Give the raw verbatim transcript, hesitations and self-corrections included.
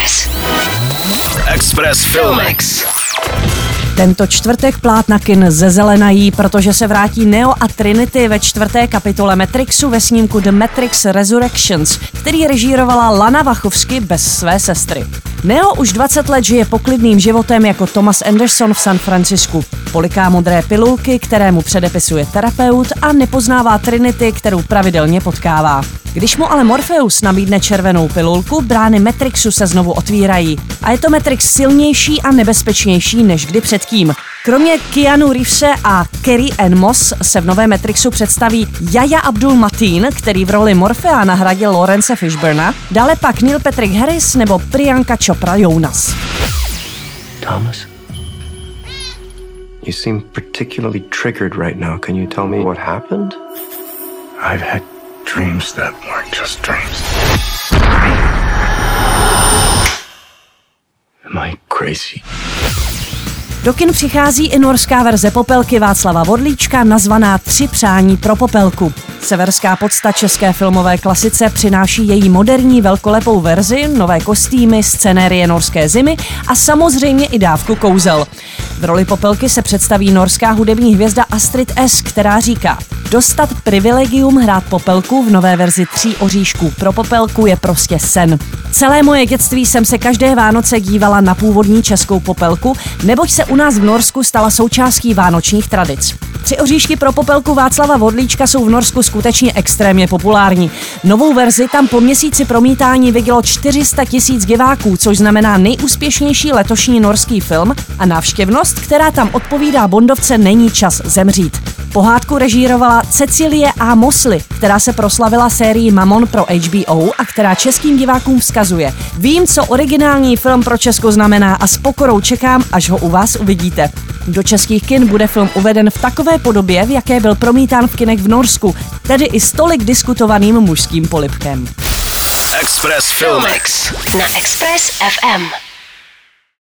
Express. Express Filmex. Tento čtvrtek plátna kin zezelenají, protože se vrátí Neo a Trinity ve čtvrté kapitole Matrixu ve snímku The Matrix Resurrections, který režírovala Lana Wachowski bez své sestry. Neo už dvacet let žije poklidným životem jako Thomas Anderson v San Francisku. Poliká modré pilulky, které mu předepisuje terapeut, a nepoznává Trinity, kterou pravidelně potkává. Když mu ale Morpheus nabídne červenou pilulku, brány Matrixu se znovu otvírají. A je to Matrix silnější a nebezpečnější než kdy předtím. Kromě Keanu Reevese a Carrie Ann Moss se v novém Matrixu představí Yahya Abdul-Mateen, který v roli Morphea nahradil Laurence Fishburna, dále pak Neil Patrick Harris nebo Priyanka Chopra Jonas. Thomas, you seem particularly triggered right now. Can you tell me what happened? I've had dreams that weren't just dreams. Am I crazy? Do kin přichází i norská verze Popelky Václava Vodlíčka nazvaná Tři přání pro Popelku. Severská podsta české filmové klasice přináší její moderní velkolepou verzi, nové kostýmy, scenérie norské zimy a samozřejmě i dávku kouzel. V roli Popelky se představí norská hudební hvězda Astrid S., která říká: dostat privilegium hrát Popelku v nové verzi Tří oříšků pro Popelku je prostě sen. Celé moje dětství jsem se každé Vánoce dívala na původní českou Popelku, neboť se u nás v Norsku stala součástí vánočních tradic. Tři oříšky pro Popelku Václava Vodlíčka jsou v Norsku skutečně extrémně populární. Novou verzi tam po měsíci promítání vidělo čtyři sta tisíc diváků, což znamená nejúspěšnější letošní norský film, a návštěvnost, která tam odpovídá bondovce Není čas zemřít. Pohádku režírovala Cecilie A. Mosley, která se proslavila sérií Mammon pro H B O a která českým divákům vzkazuje: vím, co originální film pro Česko znamená a s pokorou čekám, až ho u vás uvidíte. Do českých kin bude film uveden v takové podobě, v jaké byl promítán v kinech v Norsku, tedy i s tolik diskutovaným mužským polibkem. Express Filmex na Express F M.